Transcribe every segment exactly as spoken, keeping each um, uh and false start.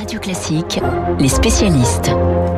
Radio Classique, les spécialistes.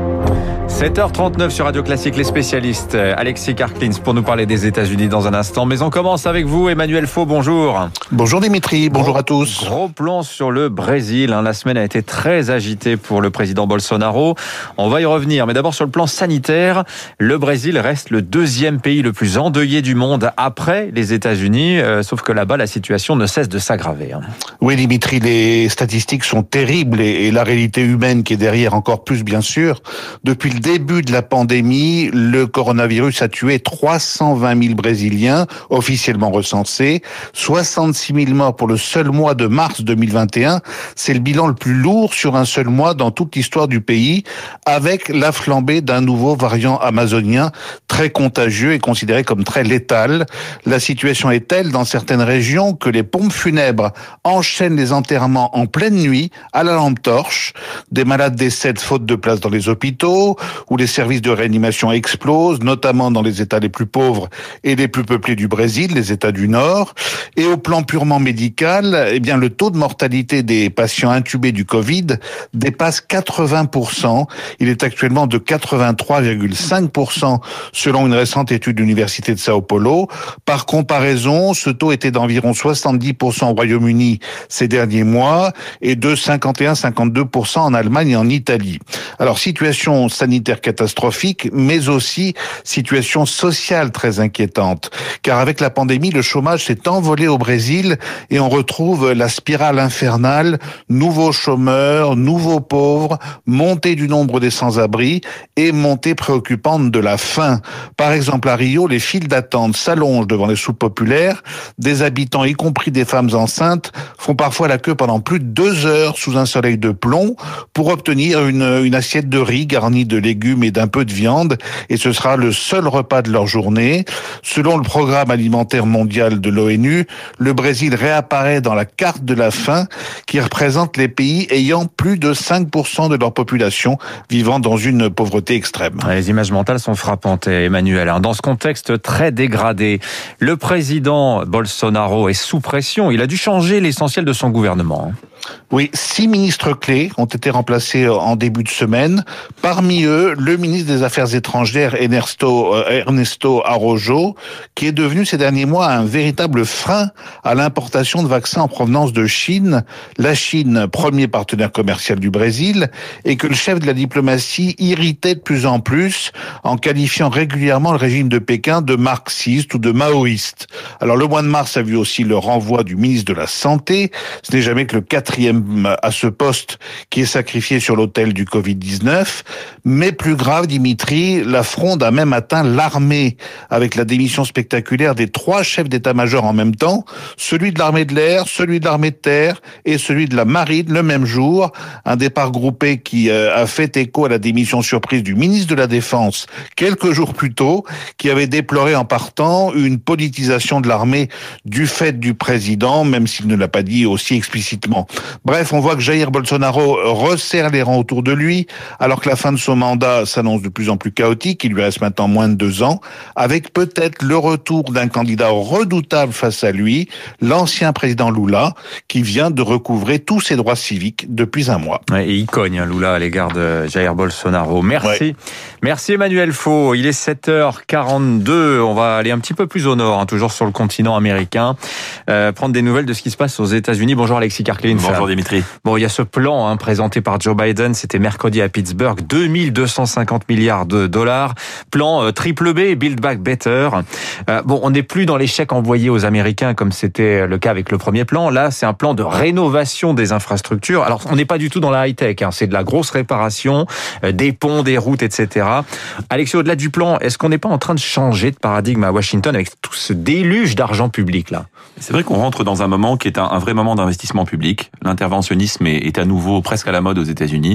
sept heures trente-neuf sur Radio Classique, les spécialistes. Alexis Karklins pour nous parler des États-Unis dans un instant. Mais on commence avec vous, Emmanuel Faux, bonjour. Bonjour Dimitri, bonjour gros, à tous. Gros plan sur le Brésil. Hein. La semaine a été très agitée pour le président Bolsonaro. On va y revenir. Mais d'abord sur le plan sanitaire, le Brésil reste le deuxième pays le plus endeuillé du monde après les États-Unis. Euh, sauf que là-bas, la situation ne cesse de s'aggraver. Hein. Oui Dimitri, les statistiques sont terribles et, et la réalité humaine qui est derrière encore plus bien sûr. Depuis le début de la pandémie, le coronavirus a tué trois cent vingt mille Brésiliens officiellement recensés, soixante-six mille morts pour le seul mois de mars deux mille vingt et un. C'est le bilan le plus lourd sur un seul mois dans toute l'histoire du pays, avec la flambée d'un nouveau variant amazonien très contagieux et considéré comme très létal. La situation est telle dans certaines régions que les pompes funèbres enchaînent les enterrements en pleine nuit à la lampe torche. Des malades décèdent faute de place dans les hôpitaux, où les services de réanimation explosent, notamment dans les États les plus pauvres et les plus peuplés du Brésil, les États du Nord. Et au plan purement médical, eh bien, le taux de mortalité des patients intubés du Covid dépasse quatre-vingts pour cent. Il est actuellement de quatre-vingt-trois virgule cinq pour cent selon une récente étude de l'Université de Sao Paulo. Par comparaison, ce taux était d'environ soixante-dix pour cent au Royaume-Uni ces derniers mois et de cinquante et un à cinquante-deux pour cent en Allemagne et en Italie. Alors, situation sanitaire catastrophique, mais aussi situation sociale très inquiétante. Car avec la pandémie, le chômage s'est envolé au Brésil et on retrouve la spirale infernale, nouveaux chômeurs, nouveaux pauvres, montée du nombre des sans-abri et montée préoccupante de la faim. Par exemple, à Rio, les files d'attente s'allongent devant les soupes populaires. Des habitants, y compris des femmes enceintes, font parfois la queue pendant plus de deux heures sous un soleil de plomb pour obtenir une, une assiette de riz garnie de légumes et d'un peu de viande, et ce sera le seul repas de leur journée. Selon le programme alimentaire mondial de l'ONU, le Brésil réapparaît dans la carte de la faim qui représente les pays ayant plus de cinq pour cent de leur population vivant dans une pauvreté extrême. Les images mentales sont frappantes, Emmanuel. Dans ce contexte très dégradé, le président Bolsonaro est sous pression. Il a dû changer l'essentiel de son gouvernement. Oui, six ministres clés ont été remplacés en début de semaine. Parmi eux, le ministre des Affaires étrangères, Ernesto, euh, Ernesto Araújo, qui est devenu ces derniers mois un véritable frein à l'importation de vaccins en provenance de Chine. La Chine, premier partenaire commercial du Brésil, et que le chef de la diplomatie irritait de plus en plus en qualifiant régulièrement le régime de Pékin de marxiste ou de maoïste. Alors le mois de mars a vu aussi le renvoi du ministre de la Santé. Ce n'est jamais que le quatrième à ce poste qui est sacrifié sur l'autel du covid dix-neuf. Mais plus grave, Dimitri, la fronde a même atteint l'armée avec la démission spectaculaire des trois chefs d'état-major en même temps, celui de l'armée de l'air, celui de l'armée de terre et celui de la marine le même jour. Un départ groupé qui a fait écho à la démission surprise du ministre de la Défense quelques jours plus tôt, qui avait déploré en partant une politisation de l'armée du fait du président, même s'il ne l'a pas dit aussi explicitement. Bref, on voit que Jair Bolsonaro resserre les rangs autour de lui, alors que la fin de son mandat s'annonce de plus en plus chaotique. Il lui reste maintenant moins de deux ans, avec peut-être le retour d'un candidat redoutable face à lui, l'ancien président Lula, qui vient de recouvrer tous ses droits civiques depuis un mois. Ouais, et il cogne, hein, Lula, à l'égard de Jair Bolsonaro. Merci. Ouais. Merci Emmanuel Faux. Il est sept heures quarante-deux. On va aller un petit peu plus au nord, hein, toujours sur le continent américain, euh, prendre des nouvelles de ce qui se passe aux États-Unis. Bonjour Alexis Karklins. Bonjour Dimitri. Bon, il y a ce plan hein, présenté par Joe Biden, c'était mercredi à Pittsburgh, deux mille deux cent cinquante milliards de dollars. Plan euh, triple B, Build Back Better. Euh, bon, on n'est plus dans les chèques envoyés aux Américains comme c'était le cas avec le premier plan. Là, c'est un plan de rénovation des infrastructures. Alors, on n'est pas du tout dans la high-tech, hein. C'est de la grosse réparation, euh, des ponts, des routes, et cetera. Alexis, au-delà du plan, est-ce qu'on n'est pas en train de changer de paradigme à Washington avec tout ce déluge d'argent public là ? C'est vrai qu'on rentre dans un moment qui est un, un vrai moment d'investissement public. L'interventionnisme est, est à nouveau presque à la mode aux États-Unis.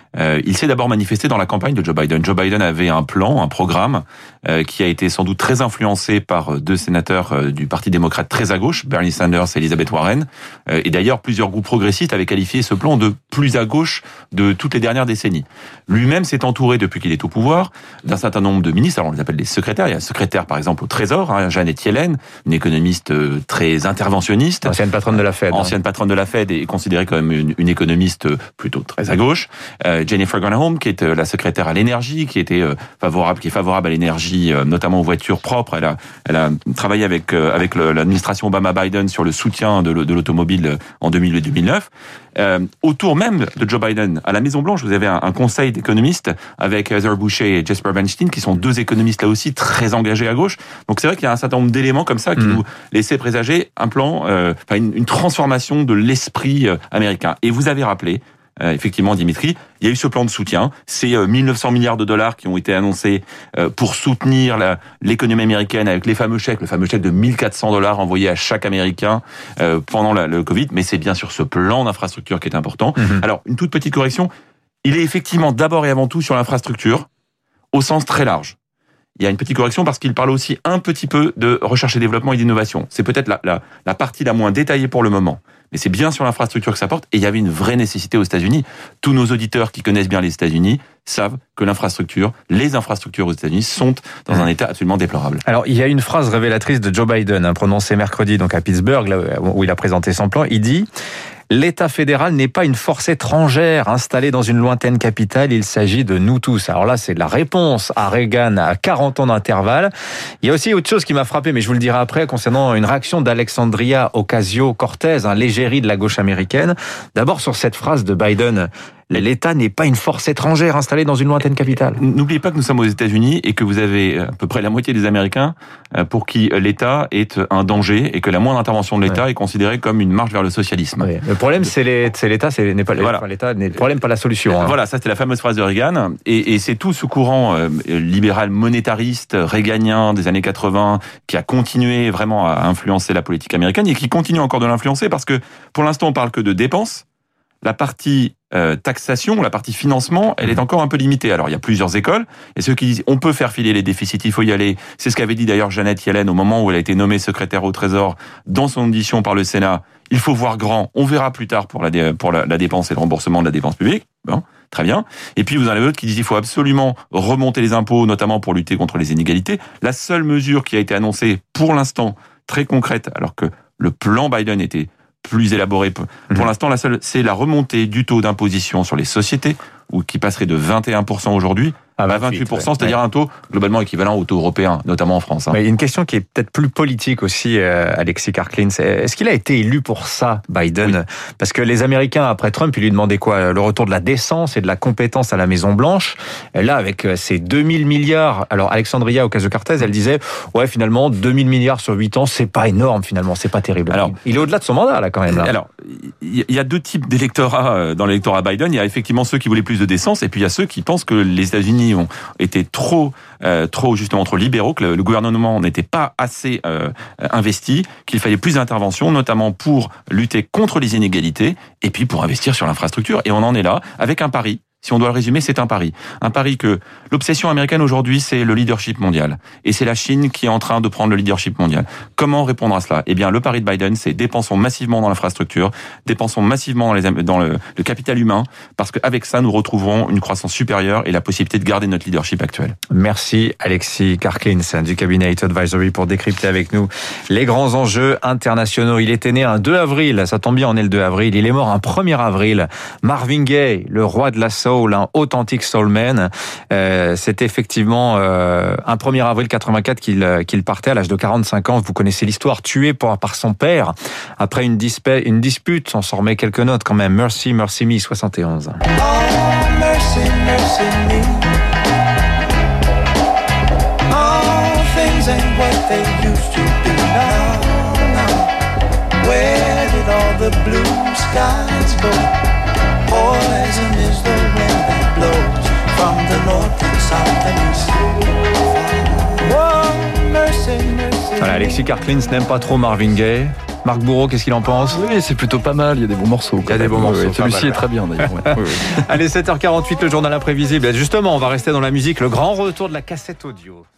Euh, il s'est d'abord manifesté dans la campagne de Joe Biden. Joe Biden avait un plan, un programme euh, qui a été sans doute très influencé par deux sénateurs euh, du Parti démocrate très à gauche, Bernie Sanders et Elizabeth Warren. Euh, et d'ailleurs, plusieurs groupes progressistes avaient qualifié ce plan de plus à gauche de toutes les dernières décennies. Lui-même s'est entouré, depuis qu'il est au pouvoir, d'un certain nombre de ministres. Alors on les appelle des secrétaires. Il y a un secrétaire, par exemple, au Trésor, hein, Janet Yellen, une économiste euh, très interventionniste. Ancienne patronne de la Fed. Ancienne hein. patronne de la Fed et considérée comme une, une économiste plutôt très à gauche. Euh, Jennifer Granholm, qui est la secrétaire à l'énergie, qui était favorable, qui est favorable à l'énergie, notamment aux voitures propres. Elle a, elle a travaillé avec avec l'administration Obama-Biden sur le soutien de, de l'automobile en deux mille huit deux mille neuf. Euh, autour même de Joe Biden, à la Maison-Blanche, vous avez un, un conseil d'économistes avec Heather Boushey et Jesper Bernstein, qui sont deux économistes là aussi très engagés à gauche. Donc c'est vrai qu'il y a un certain nombre d'éléments comme ça qui mmh. nous laissaient présager un plan, euh, enfin une, une transformation de l'esprit américain. Et vous avez rappelé, Euh, effectivement, Dimitri, il y a eu ce plan de soutien. C'est euh, mille neuf cents milliards de dollars qui ont été annoncés euh, pour soutenir la, l'économie américaine avec les fameux chèques, le fameux chèque de mille quatre cents dollars envoyé à chaque Américain euh, pendant la, le Covid. Mais c'est bien sûr ce plan d'infrastructure qui est important. Mmh. Alors, une toute petite correction. Il est effectivement d'abord et avant tout sur l'infrastructure au sens très large. Il y a une petite correction parce qu'il parle aussi un petit peu de recherche et développement et d'innovation. C'est peut-être la, la, la partie la moins détaillée pour le moment. Mais c'est bien sur l'infrastructure que ça porte. Et il y avait une vraie nécessité aux États-Unis. Tous nos auditeurs qui connaissent bien les États-Unis savent que l'infrastructure, les infrastructures aux États-Unis sont dans un état absolument déplorable. Alors, il y a une phrase révélatrice de Joe Biden, hein, prononcée mercredi donc à Pittsburgh, là où il a présenté son plan. Il dit: l'État fédéral n'est pas une force étrangère installée dans une lointaine capitale, il s'agit de nous tous. Alors là, c'est la réponse à Reagan à quarante ans d'intervalle. Il y a aussi autre chose qui m'a frappé, mais je vous le dirai après, concernant une réaction d'Alexandria Ocasio-Cortez, un l'égérie de la gauche américaine. D'abord sur cette phrase de Biden: l'État n'est pas une force étrangère installée dans une lointaine capitale. N'oubliez pas que nous sommes aux États-Unis et que vous avez à peu près la moitié des Américains pour qui l'État est un danger et que la moindre intervention de l'État ouais. est considérée comme une marche vers le socialisme. Oui. Le problème, c'est, les, c'est l'État, c'est, n'est pas voilà. l'État, n'est le problème, pas la solution. Hein. Voilà, ça c'était la fameuse phrase de Reagan. Et, et c'est tout ce courant euh, libéral monétariste, réganien des années quatre-vingts qui a continué vraiment à influencer la politique américaine et qui continue encore de l'influencer parce que pour l'instant on parle que de dépenses. La partie euh, taxation, la partie financement, elle est encore un peu limitée. Alors, il y a plusieurs écoles. Et ceux qui disent on peut faire filer les déficits, il faut y aller. C'est ce qu'avait dit d'ailleurs Janet Yellen au moment où elle a été nommée secrétaire au Trésor dans son audition par le Sénat. Il faut voir grand. On verra plus tard pour la, dé, pour la, la dépense et le remboursement de la dépense publique. Bon, très bien. Et puis, vous en avez d'autres qui disent qu'il faut absolument remonter les impôts, notamment pour lutter contre les inégalités. La seule mesure qui a été annoncée pour l'instant, très concrète, alors que le plan Biden était plus élaboré. Pour mmh. l'instant, la seule, c'est la remontée du taux d'imposition sur les sociétés, ou qui passerait de vingt et un pour cent aujourd'hui à vingt-huit pour cent, ouais. c'est-à-dire ouais. un taux globalement équivalent au taux européen, notamment en France. Hein. Mais une question qui est peut-être plus politique aussi, euh, Alexis Karklin, c'est est-ce qu'il a été élu pour ça, Biden ? Oui. Parce que les Américains, après Trump, ils lui demandaient quoi ? Le retour de la décence et de la compétence à la Maison-Blanche. Et là, avec ces deux mille milliards, alors Alexandria Ocasio-Cortez, elle disait, ouais, finalement, deux mille milliards sur huit ans, c'est pas énorme, finalement, c'est pas terrible. Alors, il est au-delà de son mandat, là, quand même. Là. Alors, il y a deux types d'électorats dans l'électorat Biden. Il y a effectivement ceux qui voulaient plus de décence, et puis il y a ceux qui pensent que les États-Unis ont été trop, euh, trop justement trop libéraux, que le, le gouvernement n'était pas assez euh, investi, qu'il fallait plus d'intervention, notamment pour lutter contre les inégalités, et puis pour investir sur l'infrastructure. Et on en est là avec un pari. Si on doit le résumer, c'est un pari. Un pari que l'obsession américaine aujourd'hui, c'est le leadership mondial. Et c'est la Chine qui est en train de prendre le leadership mondial. Comment répondre à cela ? Eh bien, le pari de Biden, c'est dépensons massivement dans l'infrastructure, dépensons massivement dans, les, dans le, le capital humain, parce qu'avec ça, nous retrouverons une croissance supérieure et la possibilité de garder notre leadership actuel. Merci Alexis Karklin du cabinet Eight Advisory pour décrypter avec nous les grands enjeux internationaux. Il était né un deux avril, ça tombe bien, on est le deux avril. Il est mort un premier avril. Marvin Gaye, le roi de la soul, un authentique soulman. Euh, c'était effectivement euh, un premier avril quatre-vingt-quatre qu'il, qu'il partait à l'âge de quarante-cinq ans. Vous connaissez l'histoire, tué par, par son père après une, dispe- une dispute. On s'en remet quelques notes quand même. Mercy, Mercy Me, soixante et onze. Oh, mercy, mercy me. All things ain't what they used to be now, now. Where did all the blue skies go? Poison is the wind that blows from the north and south and east. Oh, mercy, mercy. Voilà, Alexis Karklins n'aime pas trop Marvin Gaye. Marc Bourreau, qu'est-ce qu'il en pense? Oui, c'est plutôt pas mal, il y a des bons morceaux. Il y a des bons morceaux. Oui, celui-ci est très bien d'ailleurs. Ouais. Oui, oui. Allez, sept heures quarante-huit, le journal imprévisible. Justement, on va rester dans la musique, le grand retour de la cassette audio.